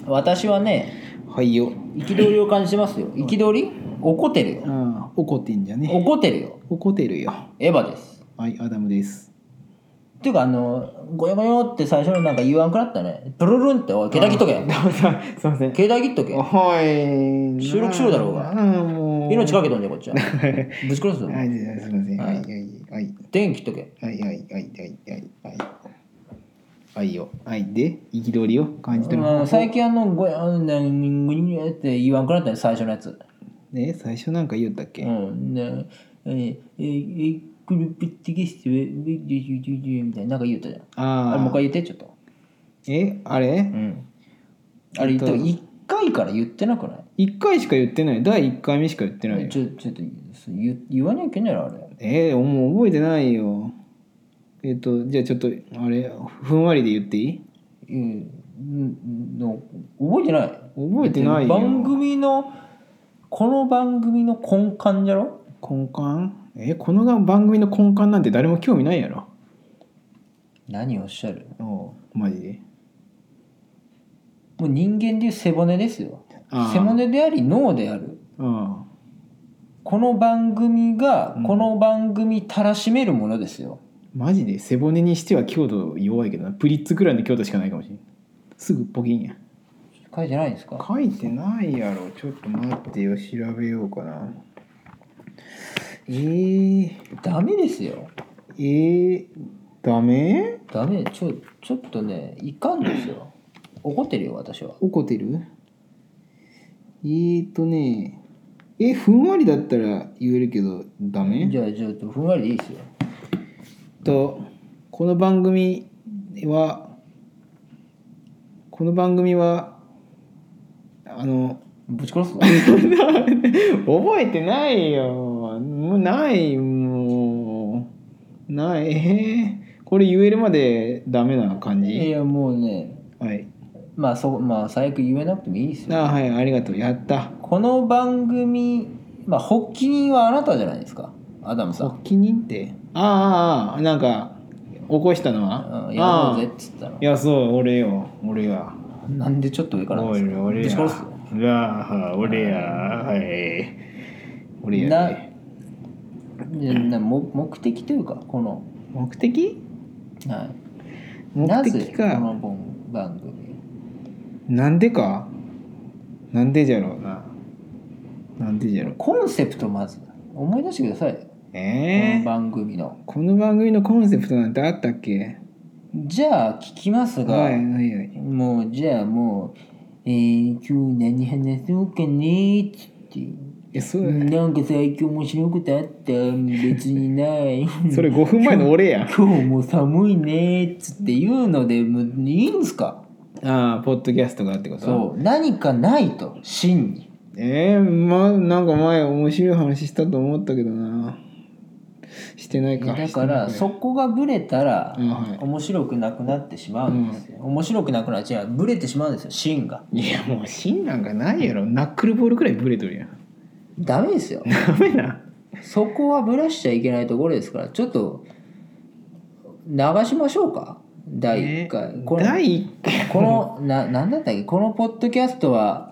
私はね、 はいよ。 憤りを感じてますよ。憤り？怒ってるよ。 怒ってんじゃね。 怒ってるよ。 怒ってるよ。 エヴァです。 はい、アダムです。 っていうかゴヨゴヨって最初のなんか言わんくなったね。ブルルンって、おい携帯切っとけ。 すいません。 携帯切っとけ。 はい。 収録しろだろうが。 もう命かけとんじゃこっちは。ぶち殺すぞ。 はい、すいません。はい、はい、はい。 電気切っとけ。 はい、はい、はい、はい、はい。はいよ。はい。で、憤りを感じてる。 最近ゴヨンって言わんくなったね、最初のやつ。 ね、最初なんか言ったっけ？ クルピッティゲストみたいななんか言ったじゃん。 あれもう一回言ってちょっと。 あれ？ あれ1回から言ってなくない？ 1回しか言ってない。第1回目しか言ってないよ。 ちょっと言わなきゃいけないのあれ。 もう覚えてないよ。じゃあちょっとあれふんわりで言っていい？ 覚えてない。 覚えてないよ。 この番組の根幹じゃろ？ 根幹？この番組の根幹なんて誰も興味ないやろ。 何をおっしゃる？ マジで。 もう人間でいう背骨ですよ。背骨であり脳である。この番組がこの番組たらしめるものですよ。 マジで背骨にしては強度弱いけどな。プリッツくらいの強度しかないかもしれん。すぐポキンや。 書いてないんですか？ 書いてないやろ。ちょっと待ってよ、調べようかな。 ダメですよ。 ダメ？ ダメ。ちょっとね、いかんですよ。怒ってるよ、私は。 怒ってる？ふんわりだったら言えるけどダメ？ じゃあちょっとふんわりでいいですよ。 この番組はぶち殺すぞ。 覚えてないよ。もうないこれ言えるまでダメな感じ？ いやもうね、 はい。 まあ最悪言えなくてもいいですよ。 はい、ありがとう。やった。 この番組、発起人はあなたじゃないですか、アダムさん。 発起人って？なんか起こしたのは？ やろうぜっつったの。 いや、そう、俺が。 なんでちょっと上からなんですか？ 俺や。 ぶち殺すぞ。 俺や。はい。俺やね。 目的というかこの目的？ はい。 目的か。 なぜこの番組？ なんでか？なんでじゃろうな。なんでじゃろう。 コンセプトまず思い出してください。この番組の。 この番組のコンセプトなんてあったっけ？ じゃあ聞きますが、もうじゃあ今日何話そうかねっつって。なんか最近面白いことあった？別にないそれ5分前の俺や。 今日も寒いねっつって言うのでもいいんすか？ ポッドキャストがってこと？ そう何かないと真に。 なんか前面白い話したと思ったけどな。してないか。 だからそこがブレたらはい、 面白くなくなってしまうんですよ。面白くなくなっちゃう。ブレてしまうんですよ、芯が。 いやもう芯なんかないやろ。ナックルボールくらいブレとるやん。 ダメですよ。 ダメな。 そこはブラしちゃいけないところですから、ちょっと流しましょうか。第1回。 第1回。 このなんだったっけ、このポッドキャストは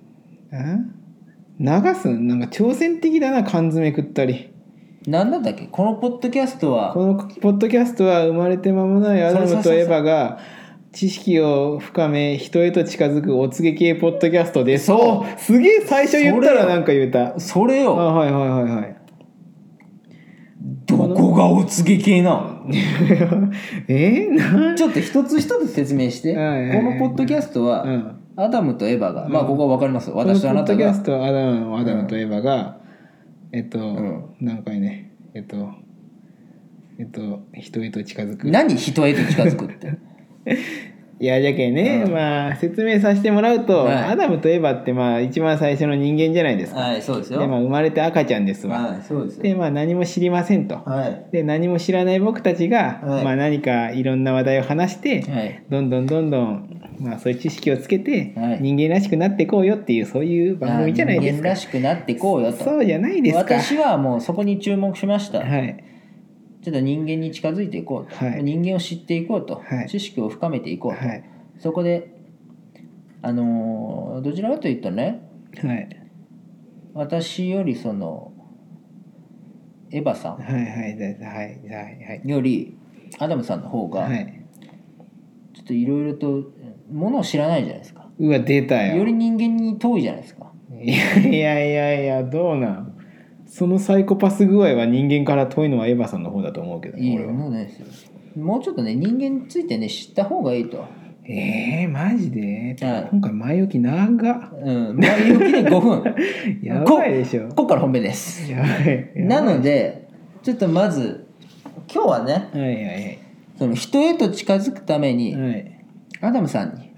流すなんか挑戦的だな、缶詰食ったり。 なんだったっけ、このポッドキャストは生まれて間もないアダムとエヴァが知識を深め人へと近づくお告げ系ポッドキャストです。そうすげえ最初言ったらなんか言えた。 それよ。 はいどこがお告げ系なの？ ちょっと一つ一つ説明して。このポッドキャストはアダムとエヴァが、ここは分かりますよ。私とあなたが。 ポッドキャストはアダムとエヴァが何回ね人へと近づく。 何人へと近づくっていやじゃけね、説明させてもらうと、アダムとエヴァって一番最初の人間じゃないですか。 はい、そうですよ。 で生まれて赤ちゃんですわ。 はい、そうですよ。 で何も知りませんと。で何も知らない僕たちが、何かいろんな話題を話して、どんどんそういう知識をつけて、人間らしくなっていこうよっていうそういう番組じゃないですか。 人間らしくなっていこうよと。 そうじゃないですか。 私はもうそこに注目しました。 はい。 ちょっと人間に近づいていこうと、人間を知っていこうと、知識を深めていこうと、そこでどちらかというとね、 はい、 私よりそのエヴァさんよりアダムさんの方がちょっといろいろとものを知らないじゃないですか。 うわ出たよ。 より人間に遠いじゃないですか。 いやどうなん。そのサイコパス具合は人間から遠いのはエヴァさんの方だと思うけど、 いやもうないですよ。もうちょっとね人間についてね知った方がいいと。 マジで、はい、今回前置き長っ。 前置きで5分やばいでしょ。 こっから本編です。やばいなのでちょっとまず今日はね、その人へと近づくために、アダムさんに、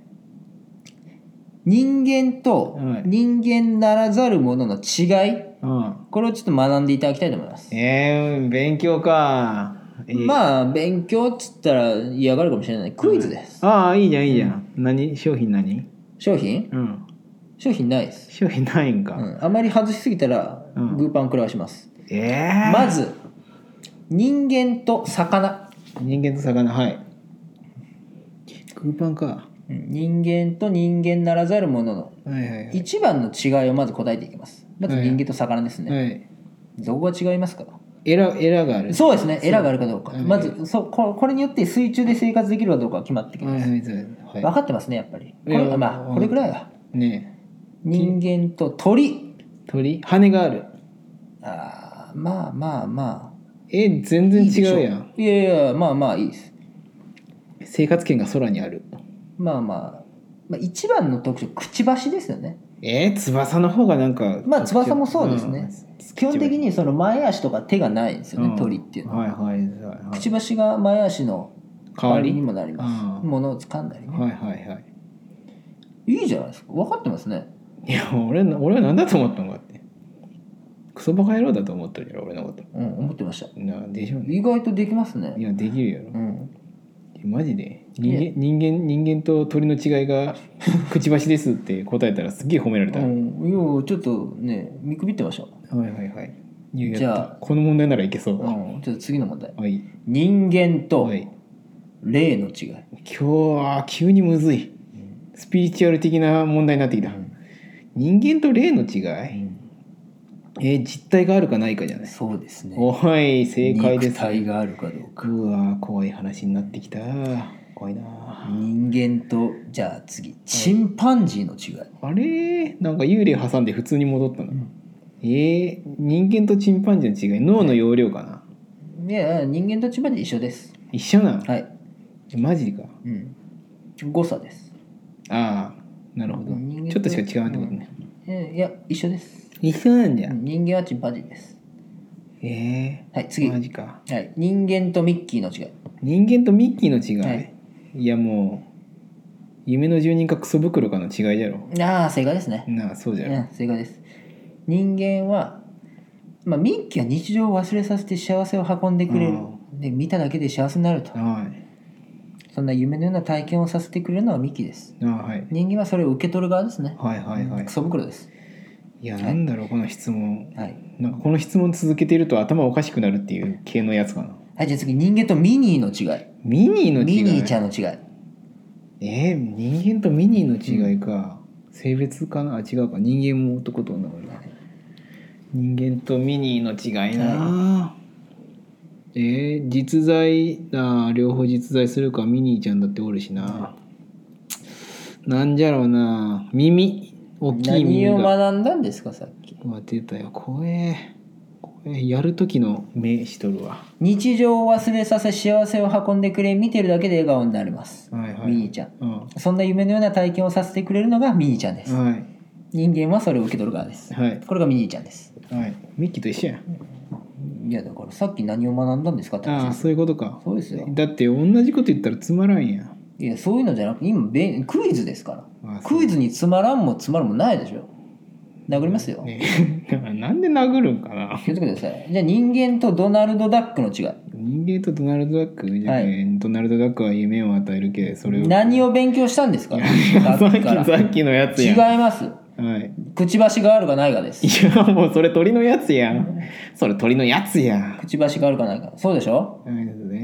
人間と人間ならざるものの違い、これをちょっと学んでいただきたいと思います。 勉強か。 まあ勉強っつったら嫌がるかもしれないクイズです。 いいじゃんいいじゃん。商品何？ 商品？商品ないです。 商品ないんか。 あまり外しすぎたらグーパン食らわします。まず人間と魚。 はい。グーパンか。 人間と人間ならざるものの一番の違いをまず答えていきます。まず人間と魚ですね。どこが違いますか？ エラがある。 そうですね。エラがあるかどうか。まずこれによって水中で生活できるかどうか決まってきます。分かってますねやっぱり。これくらいは。人間と鳥。 羽がある。 まあ。 全然違うやん。 いやまあいいです。 生活圏が空にある。 まあ一番の特徴くちばしですよね。 翼の方がなんか。 翼もそうですね。基本的にその前足とか手がないんですよね、鳥っていうのは。くちばしが前足の代わりにもなります。物を掴んだりね。いいじゃないですか。分かってますね。 いや俺は何だと思ったのかって。クソバカ野郎だと思ってるよ俺のこと。 思ってました。 でしょうね。 意外とできますね。 いやできるやろ。マジで人間と鳥の違いがくちばしですって答えたらすげえ褒められた。 ちょっとね見くびってました。 じゃあこの問題ならいけそう。 ちょっと次の問題。人間と霊の違い。 今日は急にむずい。スピリチュアル的な問題になってきた。人間と霊の違い。実体があるかないかじゃない。 そうですね。 正解です。 肉体があるかどうか。 怖い話になってきた。怖いな。 人間とじゃあ次チンパンジーの違い。なんか幽霊挟んで普通に戻ったの。人間とチンパンジーの違い、脳の容量かな。 いや人間とチンパンジー一緒です。 一緒なの？ はい。 マジか。 誤差です。 なるほど。ちょっとしか違うってことね。 いや一緒です。 一緒なんじゃ。 人間はチンパンジーです。はい次。 マジか。 人間とミッキーの違い。 人間とミッキーの違い。いやもう夢の住人かクソ袋かの違いじゃろ。 正解ですね。 そうじゃろ。 正解です。人間はミッキーは日常を忘れさせて幸せを運んでくれる。で見ただけで幸せになると。そんな夢のような体験をさせてくれるのはミッキーです。人間はそれを受け取る側ですね。クソ袋です。 いやなんだろうこの質問。なんかこの質問続けていると頭おかしくなるっていう系のやつかな。 じゃあ次人間とミニーの違い。 ミニーちゃんの違い。 人間とミニーの違いか。性別かな。違うか。人間も男と女もいる。人間とミニーの違いな。実在両方実在するか。ミニーちゃんだっておるしな。なんじゃろうな。耳大きい耳が。 何を学んだんですかさっき。 出たよ。怖えやる時の目しとるわ。 日常を忘れさせ幸せを運んでくれ見てるだけで笑顔になります。ミニーちゃん、そんな夢のような体験をさせてくれるのがミニーちゃんです。人間はそれを受け取る側です。これがミニーちゃんです。 ミッキーと一緒や。 いやだからさっき何を学んだんですかって話。 そういうことか。 そうですよ。 だって同じこと言ったらつまらんや。 いやそういうのじゃなくて今クイズですから。クイズにつまらんもつまるもないでしょ。殴りますよ。 なんで殴るんかな。 気をつけてください。じゃあ人間とドナルドダックの違い。 人間とドナルドダック、ドナルドダックは夢を与えるけそれを何を勉強したんですか。 さっきのやつや。 違います。くちばしがあるかないかです。 いやもうそれ鳥のやつやん。それ鳥のやつやん。 くちばしがあるかないか。そうでしょ。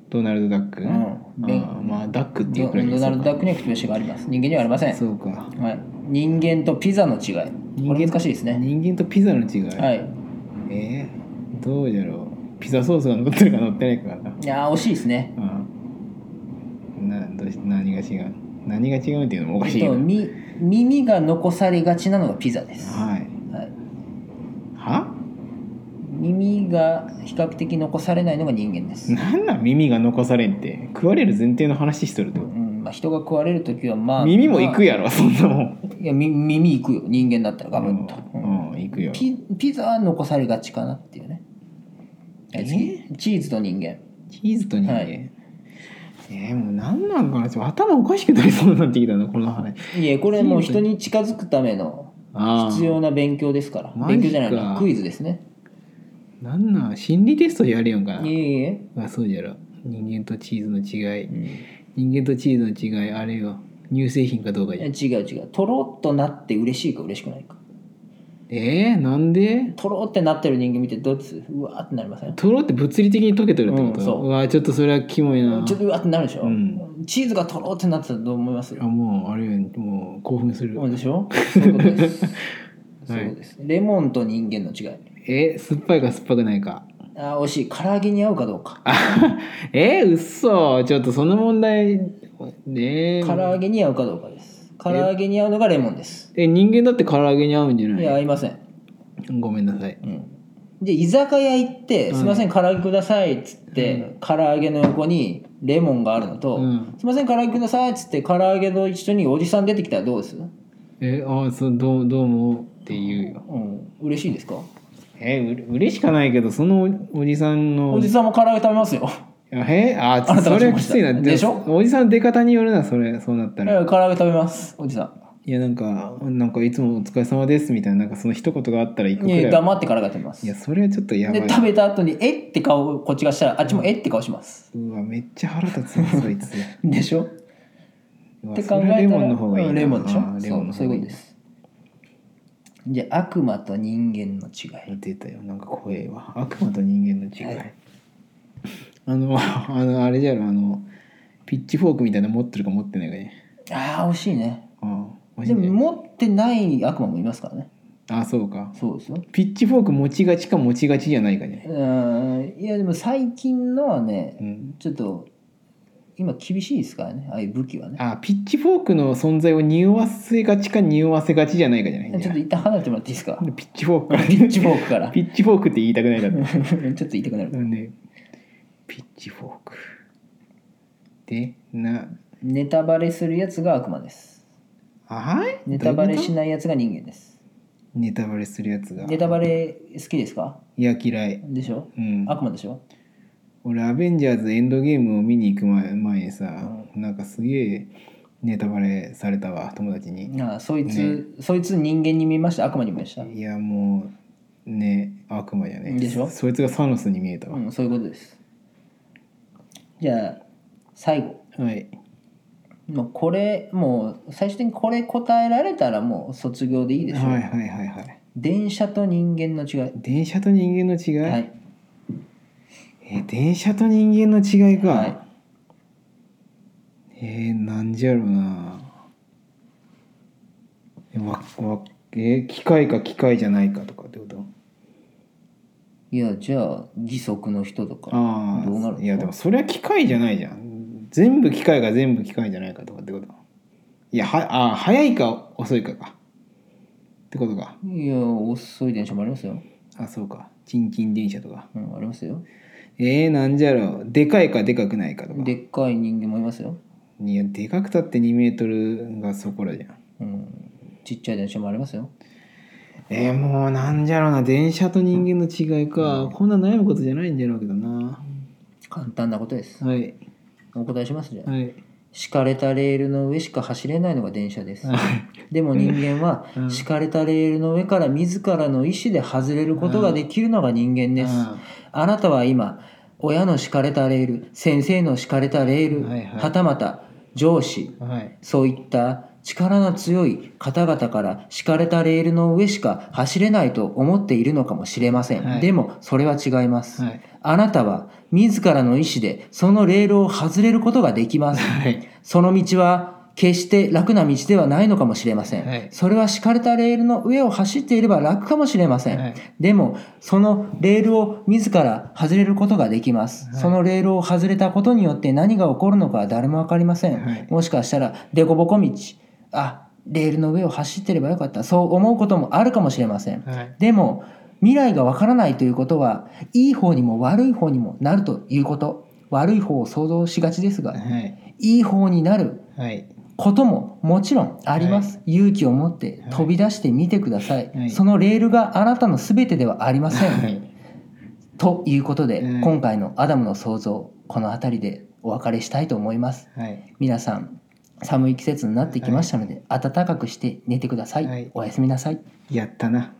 ドナルドダック、まあダックっていうくらいドナルドダックにはくちばしがあります。人間にはありません。 そうか、 はい、人間とピザの違い、これ難しいですね。 人間とピザの違い、はい、どうじゃろう。ピザソースが乗ってるか乗ってないかな。 いや惜しいですね。 何が違うっていうのもおかしいけど、 耳が残されがちなのがピザです。はい、耳が比較的残されないのが人間です。 なん耳が残されんって食われる前提の話しとると、 人が食われるときは耳も行くやろ、そんなもん。 いや耳行くよ、人間だったらガブッと、 行くよ。 ピザは残されがちかなっていうね。チーズと人間、 はい、もう何なんかな、頭おかしくなりそうになってきたなこの話。 いやこれもう人に近づくための必要な勉強ですから。勉強じゃないな、クイズですね。 なん心理テストやるやんかな。 いやそうじゃろ。人間とチーズの違い、人間とチーズの違い、あれよ、乳製品かどうかじゃ。 違うとろっとなって嬉しいか嬉しくないか。 なんでとろってなってる人間見てどっちうわーってなりません？ とろって物理的に溶けてるってこと？ そう。 うわちょっとそれはキモいな。 ちょっとうわってなるでしょ、チーズがとろってなってたらどう思います？ もうあれもう興奮する。 でしょ？そういうことですそうです、レモンと人間の違い。 酸っぱいか酸っぱくないか。 惜しい。唐揚げに合うかどうか。 うっそ、ちょっとその問題ね。 唐揚げに合うかどうかです。唐揚げに合うのがレモンです。 人間だって唐揚げに合うんじゃない？ いや合いません。 ごめんなさい。 で居酒屋行って「すいません唐揚げください」っつって、唐揚げの横にレモンがあるのと「すいません唐揚げください」っつって唐揚げと一緒におじさん出てきたらどうです？ どうもって言うよ。 嬉しいですか？ 嬉しかないけど、そのおじさんも唐揚げ食べますよ。 それはきついな。 でしょ？ おじさんの出方によるな、そうなったら。 唐揚げ食べますおじさん。 いやなんかいつもお疲れ様ですみたいな、その一言があったら行くくらい。 黙って唐揚げ食べます。 いやそれはちょっとやばい。 で食べた後にって顔こっちがしたらあっちもって顔します。 うわめっちゃ腹立つなそいつ。 でしょ？って考えたらレモンの方がいいな。 レモンでしょ？そういうことです。じゃあ悪魔と人間の違い。 出たよ、なんか怖いわ。悪魔と人間の違い、あれじゃろ、ピッチフォークみたいなの持ってるか持ってないかね。 惜しいね。でも持ってない悪魔もいますからね。 そうか。 そうですよ。 ピッチフォーク持ちがちか持ちがちじゃないかね。 いやでも最近のはね、ちょっと今厳しいですからね、ああいう武器はね。 ピッチフォークの存在を匂わせがちか匂わせがちじゃないかじゃない。 ちょっと一旦離れてもらっていいですか？ ピッチフォークからピッチフォークからピッチフォークって言いたくないだろ。 ちょっと言いたくなる。 ピッチフォークでネタバレするやつが悪魔です。ネタバレしないやつが人間です。 ネタバレするやつが。 ネタバレ好きですか？ いや嫌いでしょ、悪魔でしょ。 俺アベンジャーズエンドゲームを見に行く前にさ、なんかすげえネタバレされたわ友達に。 そいつ人間に見ました？悪魔に見ました？ いやもうね悪魔やね。 でしょ。 そいつがサノスに見えたわ。 そういうことです。じゃあ最後。もう最終的にこれ答えられたらもう卒業でいいでしょう。電車と人間の違い。 電車と人間の違い。電車と人間の違いか。なんじゃろうな。機械か機械じゃないかとかってこと？ いやじゃあ義足の人とかどうなる？ いやでもそれは機械じゃないじゃん。全部機械が全部機械じゃないかとかってこと？いや早いか遅いかってことか。 いや遅い電車もありますよ。 そうか。チンチン電車とか。 ありますよ。 なんじゃろう。でかいかでかくないかとか。 でっかい人間もいますよ。 いやでかくたって2メートルがそこらじゃん。 ちっちゃい電車もありますよ。 もうなんじゃろうな。電車と人間の違いか、こんな悩むことじゃないんじゃろうけどな。 簡単なことです。お答えしますじゃあ。 敷かれたレールの上しか走れないのが電車です。でも人間は敷かれたレールの上から自らの意思で外れることができるのが人間です。あなたは今親の敷かれたレール、先生の敷かれたレール、はたまた上司、そういった力の強い方々から敷かれたレールの上しか走れないと思っているのかもしれません、はい、でもそれは違います、はい、あなたは自らの意志でそのレールを外れることができます、はい、その道は決して楽な道ではないのかもしれません、はい、それは敷かれたレールの上を走っていれば楽かもしれません、はい、でもそのレールを自ら外れることができます、はい、そのレールを外れたことによって何が起こるのかは誰も分かりません、はい、もしかしたらデコボコ道、レールの上を走ってればよかった、そう思うこともあるかもしれません、はい、でも未来が分からないということはいい方にも悪い方にもなるということ、悪い方を想像しがちですが、はい、いい方になることももちろんあります、はい、勇気を持って飛び出してみてください、はい、そのレールがあなたの全てではありません、はい、ということで、はい、今回のアダムの創造この辺りでお別れしたいと思います、はい、皆さん寒い季節になってきましたので、はい、暖かくして寝てください、はい、おやすみなさい。 やったな。